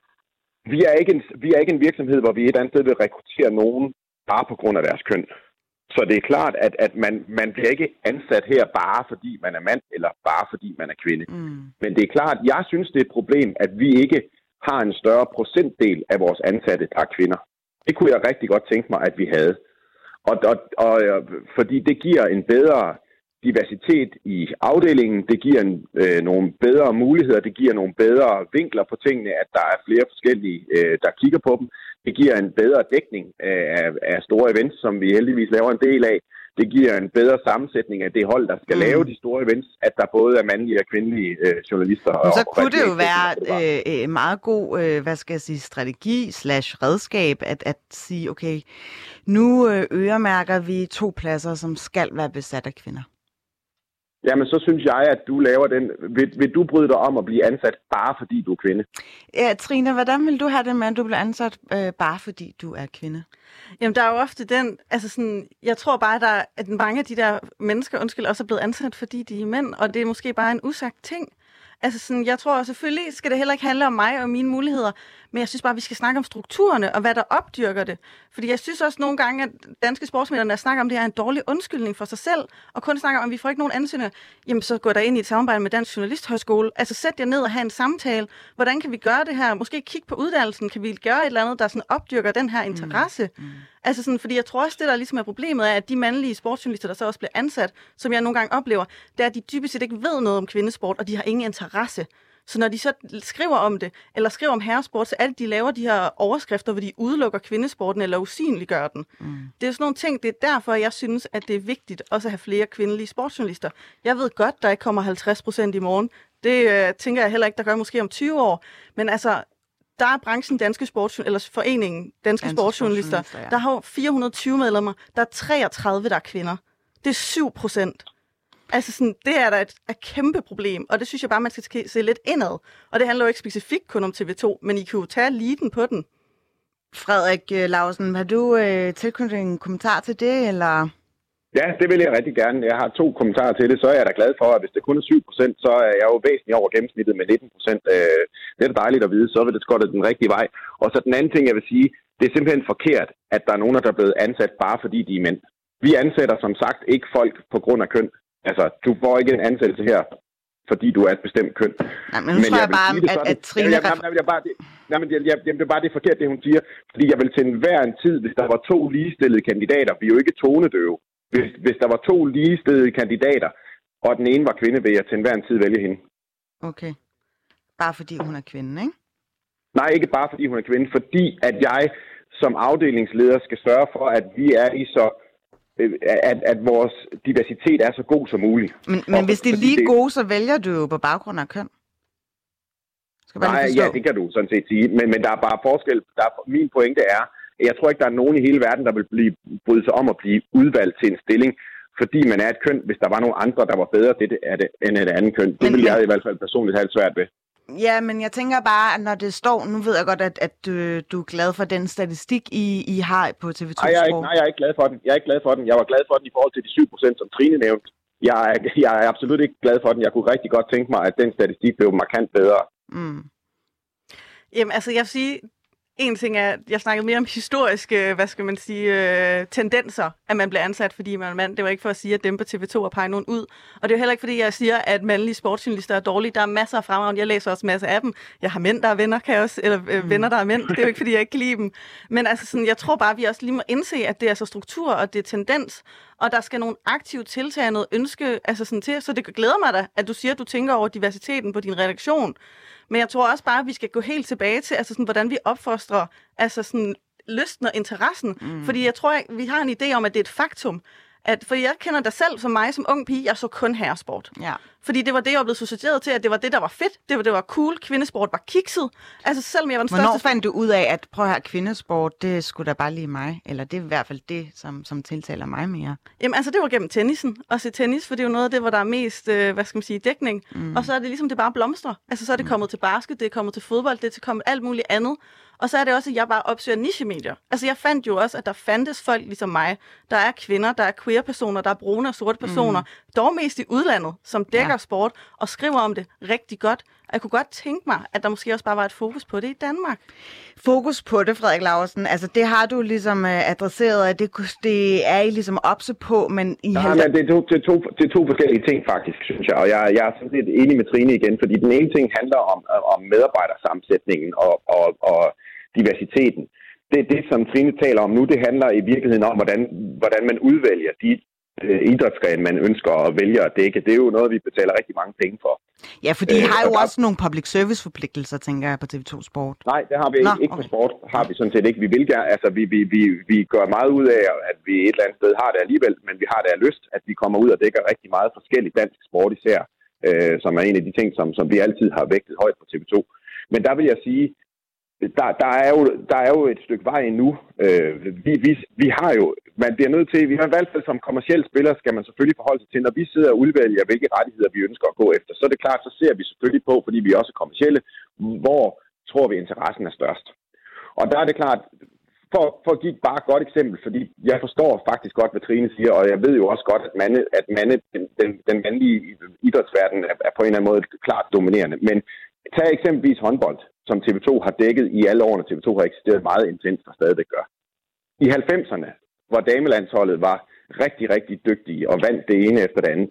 vi er ikke en virksomhed, hvor vi et eller andet sted vil rekruttere nogen bare på grund af deres køn. Så det er klart, at man bliver ikke ansat her bare fordi man er mand, eller bare fordi man er kvinde. Men det er klart, jeg synes, det er et problem, at vi ikke har en større procentdel af vores ansatte, der er kvinder. Det kunne jeg rigtig godt tænke mig, at vi havde. Og fordi det giver en bedre diversitet i afdelingen, det giver nogle bedre muligheder, det giver nogle bedre vinkler på tingene, at der er flere forskellige, der kigger på dem. Det giver en bedre dækning af store events, som vi heldigvis laver en del af. Det giver en bedre sammensætning af det hold, der skal lave de store events, at der både er mandlige og kvindelige journalister. Men så kunne det jo være en meget god, strategi/redskab, at sige, okay, nu øremærker vi 2 pladser, som skal være besat af kvinder. Jamen, så synes jeg, at du laver den. Vil du bryde dig om at blive ansat, bare fordi du er kvinde? Ja, Trine, hvordan vil du have det med, at du bliver ansat, bare fordi du er kvinde? Jamen, der er jo ofte den, altså sådan, jeg tror bare, at mange af de der mennesker, også er blevet ansat, fordi de er mænd, og det er måske bare en usagt ting. Altså sådan, jeg tror selvfølgelig skal det heller ikke handle om mig og mine muligheder, men jeg synes bare, at vi skal snakke om strukturerne og hvad der opdyrker det. Fordi jeg synes også nogle gange, at danske sportsmedler, der snakker om det her, er en dårlig undskyldning for sig selv, og kun snakker om, at vi får ikke nogen ansøgninger. Jamen, så gå der ind i et samarbejde med Dansk Journalisthøjskole. Altså sæt jer ned og have en samtale. Hvordan kan vi gøre det her? Måske kigge på uddannelsen. Kan vi gøre et eller andet, der sådan opdyrker den her interesse? Altså sådan, fordi jeg tror også, det der ligesom er problemet er, at de mandlige sportsjournalister, der så også bliver ansat, som jeg nogle gange oplever, det er, at de typisk set ikke ved noget om kvindesport, og de har ingen interesse. Så når de så skriver om det, eller skriver om herresport, så alt de laver de her overskrifter, hvor de udelukker kvindesporten eller usynliggør den. Det er sådan nogle ting, det er derfor, jeg synes, at det er vigtigt også at have flere kvindelige sportsjournalister. Jeg ved godt, der ikke kommer 50% i morgen. Det tænker jeg heller ikke, der gør måske om 20 år. Men altså, der er branchen eller foreningen Danske Sportsjournalister, der har 420 medlemmer. Der er 33, der er kvinder. Det er 7%. Altså sådan, det er da et kæmpe problem, og det synes jeg bare, man skal se lidt indad. Og det handler jo ikke specifikt kun om TV2, men I kan jo tage leaden på den. Frederik Lausen, har du tilknyttet en kommentar til det, eller? Ja, det vil jeg rigtig gerne. Jeg har 2 kommentarer til det, så er jeg da glad for, at hvis det kun er 7%, så er jeg jo væsentligt over gennemsnittet med 19%. Det er dejligt at vide, så vil det gå den rigtige vej. Og så den anden ting, jeg vil sige, det er simpelthen forkert, at der er nogen, der er blevet ansat bare fordi de er mænd. Vi ansætter som sagt ikke folk på grund af køn. Altså, du får ikke en ansættelse her, fordi du er et bestemt køn. Nej, men nu tror jeg bare, at Trine... Det er bare det forkert, det hun siger. Fordi jeg vil til enhver en tid, hvis der var 2 ligestillede kandidater, vi er jo ikke tonedøve. Hvis der var 2 ligestillede kandidater, og den ene var kvinde, vil jeg til enhver en tid vælge hende. Okay. Bare fordi hun er kvinde, ikke? Nej, ikke bare fordi hun er kvinde. Fordi at jeg som afdelingsleder skal sørge for, at vi er i så... At vores diversitet er så god som muligt. Men hvis det er lige gode, så vælger du jo på baggrund af køn. Nej, ja, det kan du sådan set sige. Men der er bare forskel. Min pointe er, at jeg tror ikke, der er nogen i hele verden, der vil bryde sig om at blive udvalgt til en stilling, fordi man er et køn, hvis der var nogle andre, der var bedre end et andet køn. Det vil jeg i hvert fald personligt have svært ved. Ja, men jeg tænker bare, at når det står, nu ved jeg godt, at du er glad for den statistik, I har på TV2 Sport. Nej, jeg er ikke glad for den. Jeg var glad for den i forhold til de 7%, som Trine nævnte. Jeg er absolut ikke glad for den. Jeg kunne rigtig godt tænke mig, at den statistik blev markant bedre. Jamen, altså, jeg vil sige, en ting er, jeg snakkede mere om historiske, tendenser, at man bliver ansat, fordi man er mand. Det var ikke for at sige, at dem på TV2 og pege nogen ud. Og det er jo heller ikke, fordi jeg siger, at mandlige sportsjournalister er dårlige. Der er masser af fremragende. Jeg læser også masser af dem. Jeg har mænd, der er venner, venner, der er mænd. Det er jo ikke, fordi jeg ikke kan lide dem. Men altså sådan, jeg tror bare, at vi også lige må indse, at det er så struktur, og det er tendens. Og der skal nogle aktive tiltag, noget ønske til. Så det glæder mig da, at du siger, at du tænker over diversiteten på din redaktion. Men jeg tror også bare, at vi skal gå helt tilbage til, hvordan vi opfostrer lysten og interessen. Fordi jeg tror, vi har en idé om, at det er et faktum. For jeg kender dig selv som mig som ung pige, jeg så kun herresport. Ja. Fordi det var det, jeg var blevet associeret til, at det var det, der var fedt. Det var cool. Kvindesport var kikset. Altså selvom jeg var den største... Hvornår fandt du ud af, at prøv at høre, kvindesport, det skulle da bare lige mig? Eller det er i hvert fald det, som tiltaler mig mere? Jamen altså, det var gennem tennisen. Og se tennis, for det er jo noget af det, hvor der er mest, dækning. Og så er det ligesom, det bare blomstrer. Altså så er det kommet til basket, det er kommet til fodbold, det er kommet alt muligt andet. Og så er det også, at jeg bare opsøger nichemedier. Altså jeg fandt jo også, at der fandtes folk ligesom mig. Der er kvinder, der er queer-personer, der er brune og sorte personer. Dog mest i udlandet, som dækker sport og skriver om det rigtig godt. Og jeg kunne godt tænke mig, at der måske også bare var et fokus på det i Danmark. Fokus på det, Frederik Laursen. Altså det har du ligesom adresseret, at det er I ligesom opse på, men I men det er to forskellige ting faktisk, synes jeg. Og jeg er sådan lidt enig med Trine igen, fordi den ene ting handler om medarbejdersammensætningen og diversiteten. Det, som Trine taler om nu, det handler i virkeligheden om, hvordan man udvælger de idrætsgrene, man ønsker at vælge at dække. Det er jo noget, vi betaler rigtig mange penge for. Ja, fordi I har jo også nogle public service forpligtelser, tænker jeg, på TV2 Sport. Nej, det har vi ikke på sport. Har vi sådan set ikke. Vi vil gerne, altså vi gør meget ud af, at vi et eller andet sted har det alligevel, men vi har det af lyst, at vi kommer ud og dækker rigtig meget forskellig dansk sport især, som er en af de ting, som vi altid har vægtet højt på TV2. Men der vil jeg sige, der er jo et stykke vej endnu. Vi har jo, man bliver nødt til, vi har i hvert fald som kommerciel spiller, skal man selvfølgelig forholde sig til, når vi sidder og udvælger, hvilke rettigheder vi ønsker at gå efter, så er det klart, så ser vi selvfølgelig på, fordi vi også er kommercielle, hvor tror vi interessen er størst. Og der er det klart, for at give bare et godt eksempel, fordi jeg forstår faktisk godt, hvad Trine siger, og jeg ved jo også godt, at den mandlige idrætsverden er på en eller anden måde klart dominerende. Men tag eksempelvis håndbold, som TV2 har dækket i alle årene. TV2 har eksisteret meget intenst og stadigvæk gør. I 90'erne, hvor damelandsholdet var rigtig, rigtig dygtige og vandt det ene efter det andet,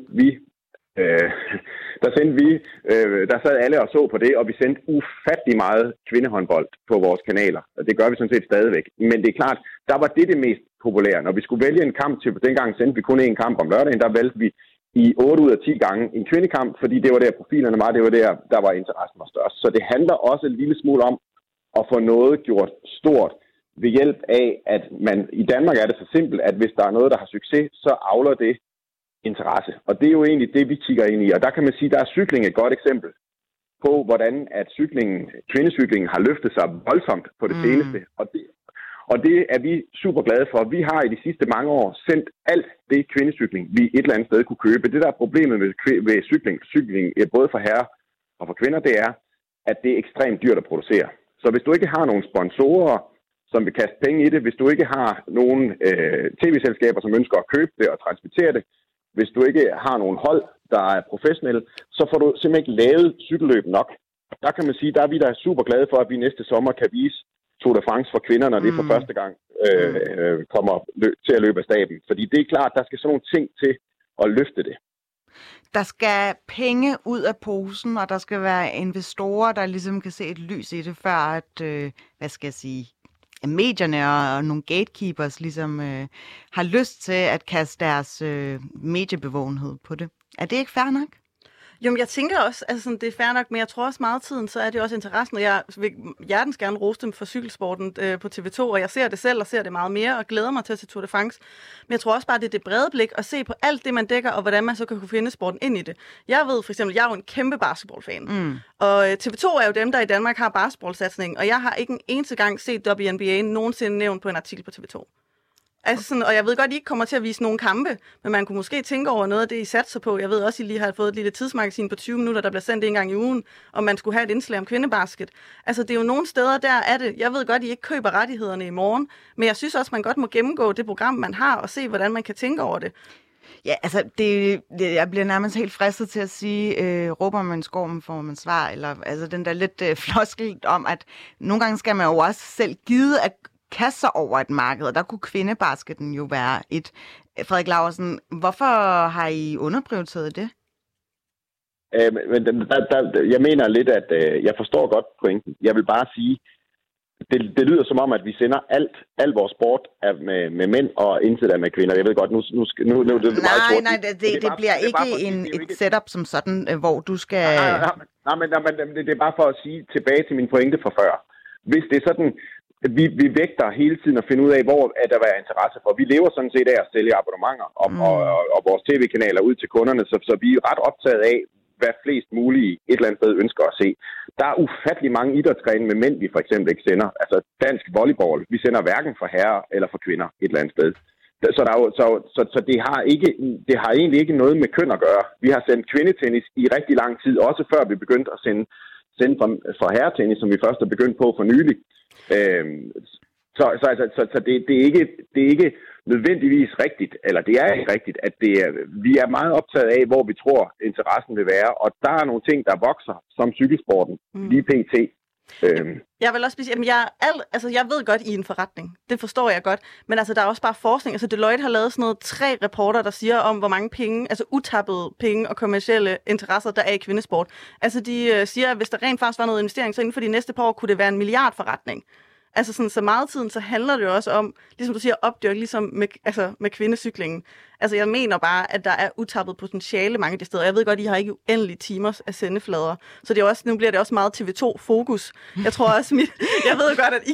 der sad alle og så på det, og vi sendte ufattelig meget kvindehåndbold på vores kanaler. Det gør vi sådan set stadigvæk. Men det er klart, der var det mest populære. Når vi skulle vælge en kamp til, dengang sendte vi kun én kamp om lørdagen, der valgte vi i 8 ud af 10 gange en kvindekamp, fordi det var der profilerne var, det var der var interessen var størst. Så det handler også en lille smule om at få noget gjort stort ved hjælp af, at man i Danmark er det så simpelt, at hvis der er noget, der har succes, så avler det interesse. Og det er jo egentlig det, vi kigger ind i. Og der kan man sige, at der er cykling et godt eksempel på, hvordan at kvindecyklingen har løftet sig voldsomt på det seneste. Og det er vi super glade for. Vi har i de sidste mange år sendt alt det kvindecykling, vi et eller andet sted kunne købe. Det, der er problemet ved cykling både for herrer og for kvinder, det er, at det er ekstremt dyrt at producere. Så hvis du ikke har nogle sponsorer, som vil kaste penge i det, hvis du ikke har nogen tv-selskaber, som ønsker at købe det og transmittere det, hvis du ikke har nogen hold, der er professionelle, så får du simpelthen ikke lavet cykelløb nok. Der kan man sige, der er vi da super glade for, at vi næste sommer kan vise Tour de France for kvinder, når det for første gang kommer til at løbe af staben. Fordi det er klart, der skal sådan nogle ting til at løfte det. Der skal penge ud af posen, og der skal være investorer, der ligesom kan se et lys i det, før at, medierne og nogle gatekeepers ligesom har lyst til at kaste deres mediebevågenhed på det. Er det ikke fair nok? Jo, men jeg tænker også, altså sådan, det er fair nok, men jeg tror også meget af tiden, så er det også interessen, og jeg vil hjertens gerne rose dem for cykelsporten på TV2, og jeg ser det selv og ser det meget mere, og glæder mig til at se Tour de France. Men jeg tror også bare, det er det brede blik at se på alt det, man dækker, og hvordan man så kan kunne finde sporten ind i det. Jeg ved for eksempel, jeg er jo en kæmpe basketballfan, og TV2 er jo dem, der i Danmark har basketballsatsning, og jeg har ikke en eneste gang set WNBA nogensinde nævnt på en artikel på TV2. Altså sådan, og jeg ved godt, at I ikke kommer til at vise nogle kampe, men man kunne måske tænke over noget af det, I satser på. Jeg ved også, at I lige har fået et lille tidsmagasin på 20 minutter, der bliver sendt en gang i ugen, og man skulle have et indslag om kvindebasket. Altså, det er jo nogle steder, der er det. Jeg ved godt, at I ikke køber rettighederne i morgen, men jeg synes også, man godt må gennemgå det program, man har, og se, hvordan man kan tænke over det. Ja, altså, jeg bliver nærmest helt fristet til at sige, råber man skov, får man svar, eller altså den der lidt floskel om, at nogle gange skal man jo også selv gide at kaste sig over et marked, og der kunne kvindebasketen jo være et. Frederik Laursen, hvorfor har I underprioriteret det? Jeg mener lidt, at jeg forstår godt pointen. Jeg vil bare sige, det lyder som om, at vi sender alt vores sport med mænd og intet med kvinder. Jeg ved godt, nu det er meget sort. Nej, det bliver ikke et setup som sådan, hvor du skal... Nej, men det er bare for at sige tilbage til min pointe fra før. Hvis det er sådan, vi vægter hele tiden at finde ud af, hvor er der er interesse for. Vi lever sådan set af at sælge abonnementer og vores tv-kanaler ud til kunderne, så vi er ret optaget af, hvad flest mulige et eller andet sted ønsker at se. Der er ufattelig mange idrætsgrene med mænd, vi for eksempel ikke sender. Altså dansk volleyball, vi sender hverken for herrer eller for kvinder et eller andet sted. Så det har egentlig ikke noget med køn at gøre. Vi har sendt kvindetennis i rigtig lang tid, også før vi begyndte at sende for herretennis, som vi først er begyndt på for nylig. Så det er ikke nødvendigvis rigtigt, eller det er ikke rigtigt, at vi er meget optaget af, hvor vi tror, interessen vil være, og der er nogle ting, der vokser, som cykelsporten, lige pt. Jeg vil også sige, jeg ved godt, I er en forretning. Det forstår jeg godt. Men altså, der er også bare forskning. Altså, Deloitte har lavet sådan noget 3 rapporter, der siger om, hvor mange penge, altså utappede penge og kommercielle interesser, der er i kvindesport. Altså, de siger, at hvis der rent faktisk var noget investering, så inden for de næste par år, kunne det være en milliardforretning. Altså sådan, så meget tiden, så handler det jo også om, ligesom du siger, opdyrke ligesom med kvindecyklingen. Altså jeg mener bare, at der er utappet potentiale mange af de steder. Jeg ved godt, I har ikke uendelige timers af sendeflader. Så det er også, nu bliver det også meget TV2-fokus. Jeg tror også, jeg ved godt, at I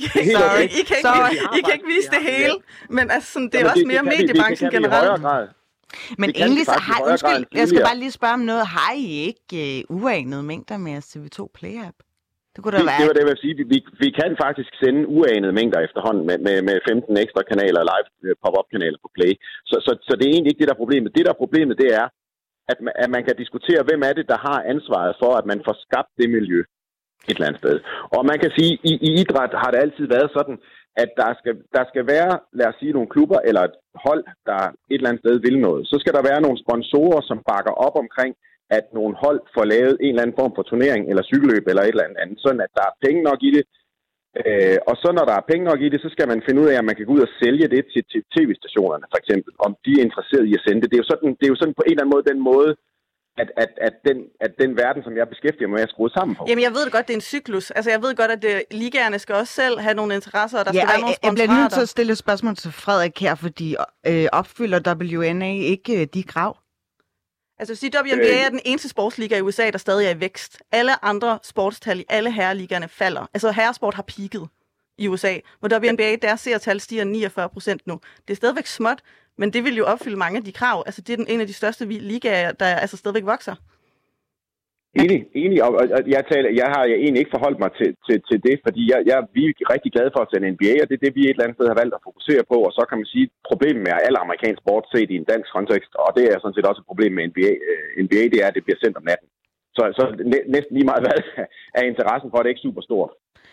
kan ikke vise det hele. Men altså sådan, det er også mere mediebranchen generelt. Men egentlig så jeg skal bare lige spørge om noget. Har I ikke uanede mængder med TV2 Play-app? Det var det, jeg vil sige. Vi kan faktisk sende uanede mængder efterhånden med 15 ekstra kanaler, live pop-up-kanaler på Play. Så det er egentlig ikke det, der er problemet. Det, der er problemet, det er, at man kan diskutere, hvem er det, der har ansvaret for, at man får skabt det miljø et eller andet sted. Og man kan sige, i idræt har det altid været sådan, at der skal være, lad os sige, nogle klubber eller et hold, der et eller andet sted vil noget. Så skal der være nogle sponsorer, som bakker op omkring, at nogle hold får lavet en eller anden form for turnering eller cykelløb eller et eller andet, sådan at der er penge nok i det. Og så når der er penge nok i det, så skal man finde ud af, at man kan gå ud og sælge det til tv-stationerne, for eksempel, om de er interesserede i at sende det. Det er jo sådan på en eller anden måde den måde, at den verden, som jeg beskæftiger mig med, er skruet sammen på. Jamen, jeg ved det godt, det er en cyklus. Altså, jeg ved godt, at ligaerne skal også selv have nogle interesser, og der skal være nogle sponsorater. Jeg bliver nødt til at stille et spørgsmål til Frederik her, fordi opfylder WNA ikke de krav? Altså, WNBA er den eneste sportsliga i USA, der stadig er i vækst. Alle andre sportstal i alle herreligaerne falder. Altså, herresport har peaked i USA, hvor WNBA, deres seertal stiger 49% nu. Det er stadigvæk småt, men det vil jo opfylde mange af de krav. Altså, det er en af de største ligaer, der altså stadigvæk vokser. Enig, og jeg har egentlig ikke forholdt mig til det, fordi vi er rigtig glade for at sende NBA, og det er det, vi et eller andet sted har valgt at fokusere på, og så kan man sige, at problemet med al amerikansk sport set i en dansk kontekst, og det er sådan set også et problem med NBA, det er, at det bliver sendt om natten. Så næsten lige meget hvad er interessen for, det er ikke super stort.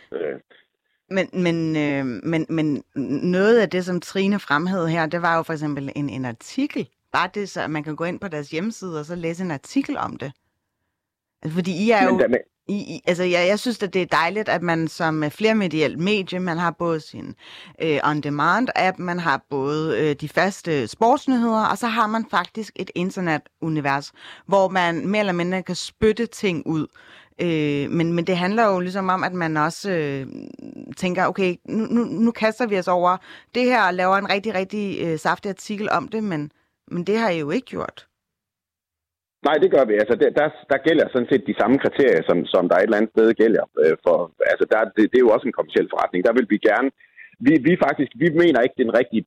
Men noget af det, som Trine fremhævede her, det var jo for eksempel en artikel. Bare det, så man kan gå ind på deres hjemmeside og så læse en artikel om det. Fordi I er jo... jeg synes, at det er dejligt, at man som flermedielt medie, man har både sin on-demand-app, man har både de faste sportsnyheder, og så har man faktisk et internetunivers, hvor man mere eller mindre kan spytte ting ud. Men det handler jo ligesom om, at man også tænker, okay, nu kaster vi os over det her og laver en rigtig, rigtig saftig artikel om det, men det har I jo ikke gjort. Nej, det gør vi. Altså, der gælder sådan set de samme kriterier, som der et eller andet sted gælder. Det er jo også en kommerciel forretning. Der vil vi gerne... Vi mener ikke,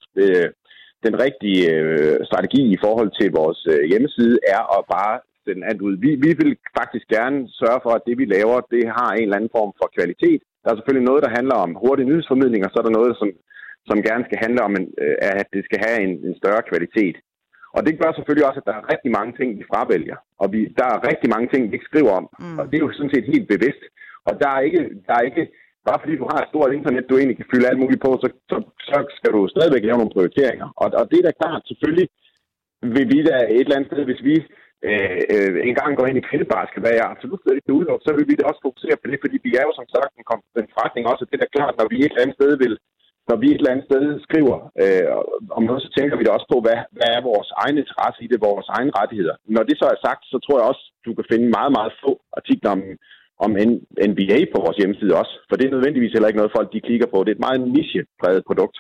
den rigtige strategi i forhold til vores hjemmeside er at bare sende alt ud. Vi vil faktisk gerne sørge for, at det, vi laver, det har en eller anden form for kvalitet. Der er selvfølgelig noget, der handler om hurtig nyhedsformidling, og så er der noget, som gerne skal handle om, at det skal have en større kvalitet. Og det gør selvfølgelig også, at der er rigtig mange ting, vi fravælger. Og der er rigtig mange ting, vi ikke skriver om. Og det er jo sådan set helt bevidst. Og der er ikke bare fordi du har et stort internet, du egentlig kan fylde alt muligt på, så skal du stadigvæk lave nogle prioriteringer. Og det er da klart, selvfølgelig vil vi da et eller andet sted, hvis vi en gang går ind i kvindebasketball, hvad jeg absolut ikke vil udelukke, så vil vi da også fokusere på det, fordi vi er jo som sagt en forretning også, det er da klart, når vi et eller andet sted når vi et eller andet sted skriver om noget, så tænker vi da også på, hvad er vores egen interesse i det, vores egne rettigheder. Når det så er sagt, så tror jeg også, du kan finde meget, meget få artikler om NBA på vores hjemmeside også, for det er nødvendigvis heller ikke noget, folk de klikker på. Det er et meget niche-præget produkt.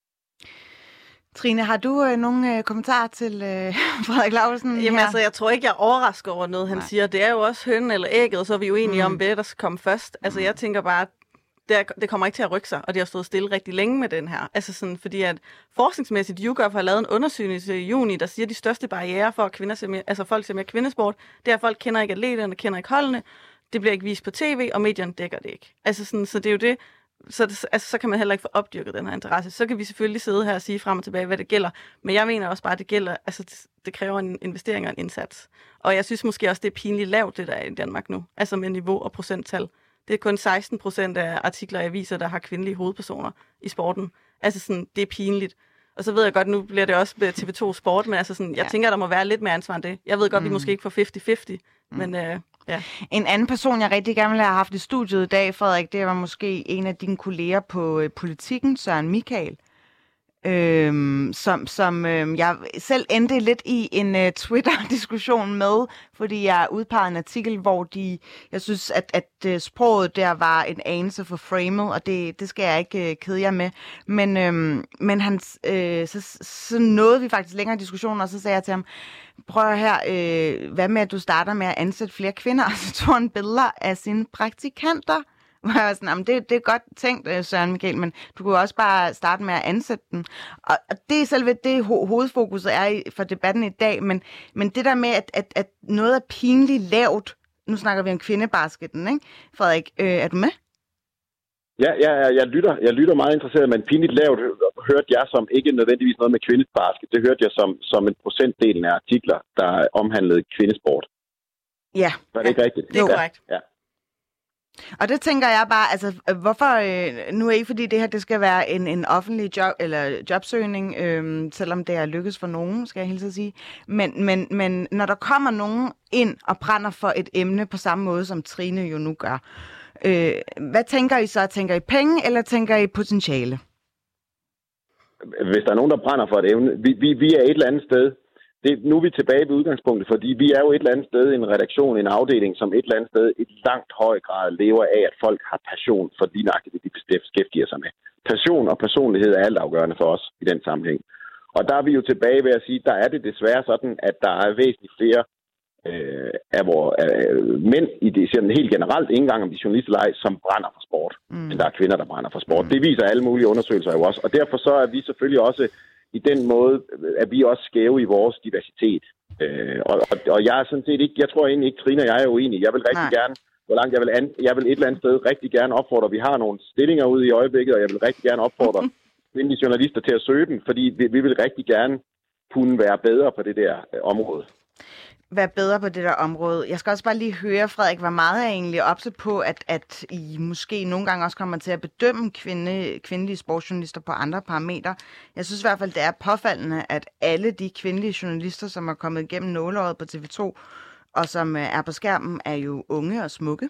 Trine, har du nogle kommentarer til Frederik Laursen? Jamen altså, jeg tror ikke, jeg er overrasket over noget, han siger. Det er jo også hønnen eller ægget, og så er vi jo enige om, hvad der skal komme først. Altså, jeg tænker bare, det kommer ikke til at rykke sig, og det har stået stille rigtig længe med den her. Altså sådan, fordi at forskningsmæssigt, YouGov har lavet en undersøgelse i juni, der siger, at de største barrierer for, at kvinder ser mere, altså folk ser mere kvindesport, det er, at folk kender ikke atleterne, kender ikke holdene, det bliver ikke vist på tv, og medierne dækker det ikke. Altså sådan, så det er jo det. Så kan man heller ikke få opdyrket den her interesse. Så kan vi selvfølgelig sidde her og sige frem og tilbage, hvad det gælder. Men jeg mener også bare, at det gælder, altså det kræver en investering og en indsats. Og jeg synes måske også, det er pinligt lavt, det der er i Danmark nu. Altså med niveau og procenttal. Det er kun 16% af artikler i aviser, der har kvindelige hovedpersoner i sporten. Altså sådan, det er pinligt. Og så ved jeg godt, nu bliver det også TV2 Sport, men altså sådan, jeg tænker, der må være lidt mere ansvar end det. Jeg ved godt, vi måske ikke får 50-50, men ja. En anden person, jeg rigtig gerne ville have haft i studiet i dag, Frederik, det var måske en af dine kolleger på Politikken, Søren Michael, som jeg selv endte lidt i en Twitter-diskussion med, fordi jeg udpegede en artikel, hvor jeg synes, at sproget der var en anelse for framet, og det skal jeg ikke kede jer med. Men så nåede vi faktisk længere diskussioner, og så sagde jeg til ham, prøv her, hvad med, at du starter med at ansætte flere kvinder? Og så tog han billeder af sine praktikanter. Hvor jeg var sådan, det er godt tænkt, Søren Michael, men du kunne også bare starte med at ansætte dem. Og det er selve det, hovedfokuset er for debatten i dag, men det der med, at noget er pinligt lavt, nu snakker vi om kvindebasketen, ikke? Frederik, er du med? Ja, jeg lytter meget interesseret, men pinligt lavt hørte jeg som ikke nødvendigvis noget med kvindebasket. Det hørte jeg som en procentdelen af artikler, der omhandlede kvindesport. Ja. Var det ikke rigtigt? Det er korrekt. Ja. Og det tænker jeg bare, altså hvorfor, nu er ikke fordi det her, det skal være en offentlig job, eller jobsøgning, selvom det er lykkes for nogen, skal jeg hilse at sige. Men når der kommer nogen ind og brænder for et emne på samme måde, som Trine jo nu gør, hvad tænker I så? Tænker I penge, eller tænker I potentiale? Hvis der er nogen, der brænder for et emne, vi er et eller andet sted. Nu er vi tilbage ved udgangspunktet, fordi vi er jo et eller andet sted en redaktion, en afdeling, som et eller andet sted i langt høj grad lever af, at folk har passion for lige nøjagtigt det, de beskæftiger sig med. Passion og personlighed er altafgørende for os i den sammenhæng. Og der er vi jo tilbage ved at sige, der er det desværre sådan, at der er væsentligt flere af vores mænd, i det sådan helt generelt, ikke engang om de journalister, som brænder for sport. Men der er kvinder, der brænder for sport. Det viser alle mulige undersøgelser jo også. Og derfor så er vi selvfølgelig også i den måde, at vi også skæve i vores diversitet. Og jeg er sådan set ikke, jeg tror egentlig ikke, Trine og jeg er uenige. Jeg vil rigtig gerne, jeg vil et eller andet sted rigtig gerne opfordre, vi har nogle stillinger ude i øjeblikket, og jeg vil rigtig gerne opfordre kvindelige journalister til at søge dem, fordi vi vil rigtig gerne kunne være bedre på det der område. Være bedre på det der område. Jeg skal også bare lige høre, Frederik, hvor meget er egentlig opsat på, at I måske nogle gange også kommer til at bedømme kvindelige sportsjournalister på andre parametre. Jeg synes i hvert fald, det er påfaldende, at alle de kvindelige journalister, som er kommet igennem nåleåret på TV2, og som er på skærmen, er jo unge og smukke.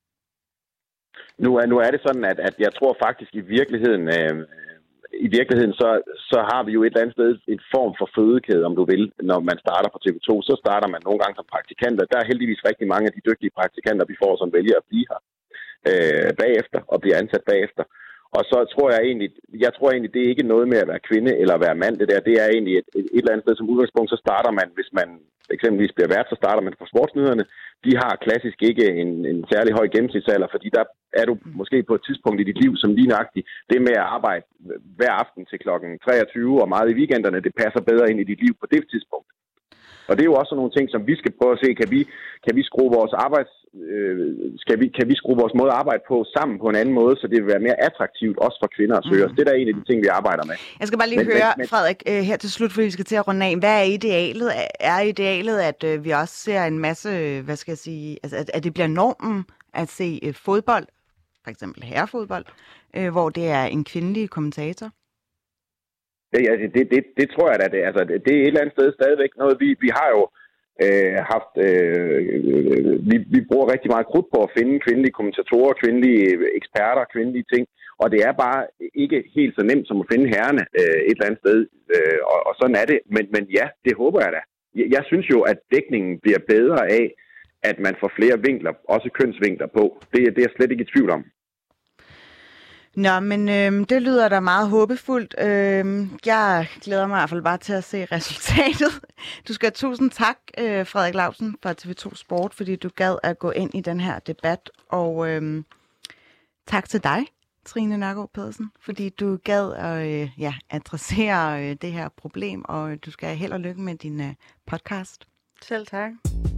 Nu er det sådan, at jeg tror faktisk i virkeligheden, så har vi jo et eller andet sted en form for fødekæde, om du vil, når man starter på TV2. Så starter man nogle gange som praktikanter. Der er heldigvis rigtig mange af de dygtige praktikanter, vi får, som vælger at blive her bagefter og blive ansat bagefter. Og så tror jeg egentlig, det er ikke noget med at være kvinde eller at være mand. Det er egentlig et eller andet sted som udgangspunkt, så starter man, hvis man eksempelvis bliver vært, så starter man på sportsnyhederne. De har klassisk ikke en særlig høj gennemsnitsalder, fordi der er du måske på et tidspunkt i dit liv som lige nøjagtigt. Det med at arbejde hver aften til klokken 23 og meget i weekenderne, det passer bedre ind i dit liv på det tidspunkt. Og det er jo også nogle ting, som vi skal prøve at se, kan vi skrue vores kan vi skrue vores måde at arbejde på sammen på en anden måde, så det vil være mere attraktivt også for kvinder at søge os. Det er da en af de ting, vi arbejder med. Jeg skal bare lige høre, Frederik, her til slut, fordi vi skal til at runde af. Hvad er idealet? Er idealet, at vi også ser en masse, altså at det bliver normen at se fodbold, for eksempel herrefodbold, hvor det er en kvindelig kommentator? Ja, det tror jeg da. Det er et eller andet sted stadigvæk noget. Vi har jo haft... Vi bruger rigtig meget krudt på at finde kvindelige kommentatorer, kvindelige eksperter, kvindelige ting. Og det er bare ikke helt så nemt som at finde herrerne et eller andet sted. Og sådan er det. Men ja, det håber jeg da. Jeg synes jo, at dækningen bliver bedre af, at man får flere vinkler, også kønsvinkler på. Det er jeg slet ikke i tvivl om. Nå, men det lyder da meget håbefuldt. Jeg glæder mig i hvert fald bare til at se resultatet. Du skal have tusind tak, Frederik Lausen fra TV2 Sport, fordi du gad at gå ind i den her debat. Og tak til dig, Trine Nørgaard Pedersen, fordi du gad at adressere det her problem, og du skal held og lykke med din podcast. Selv tak.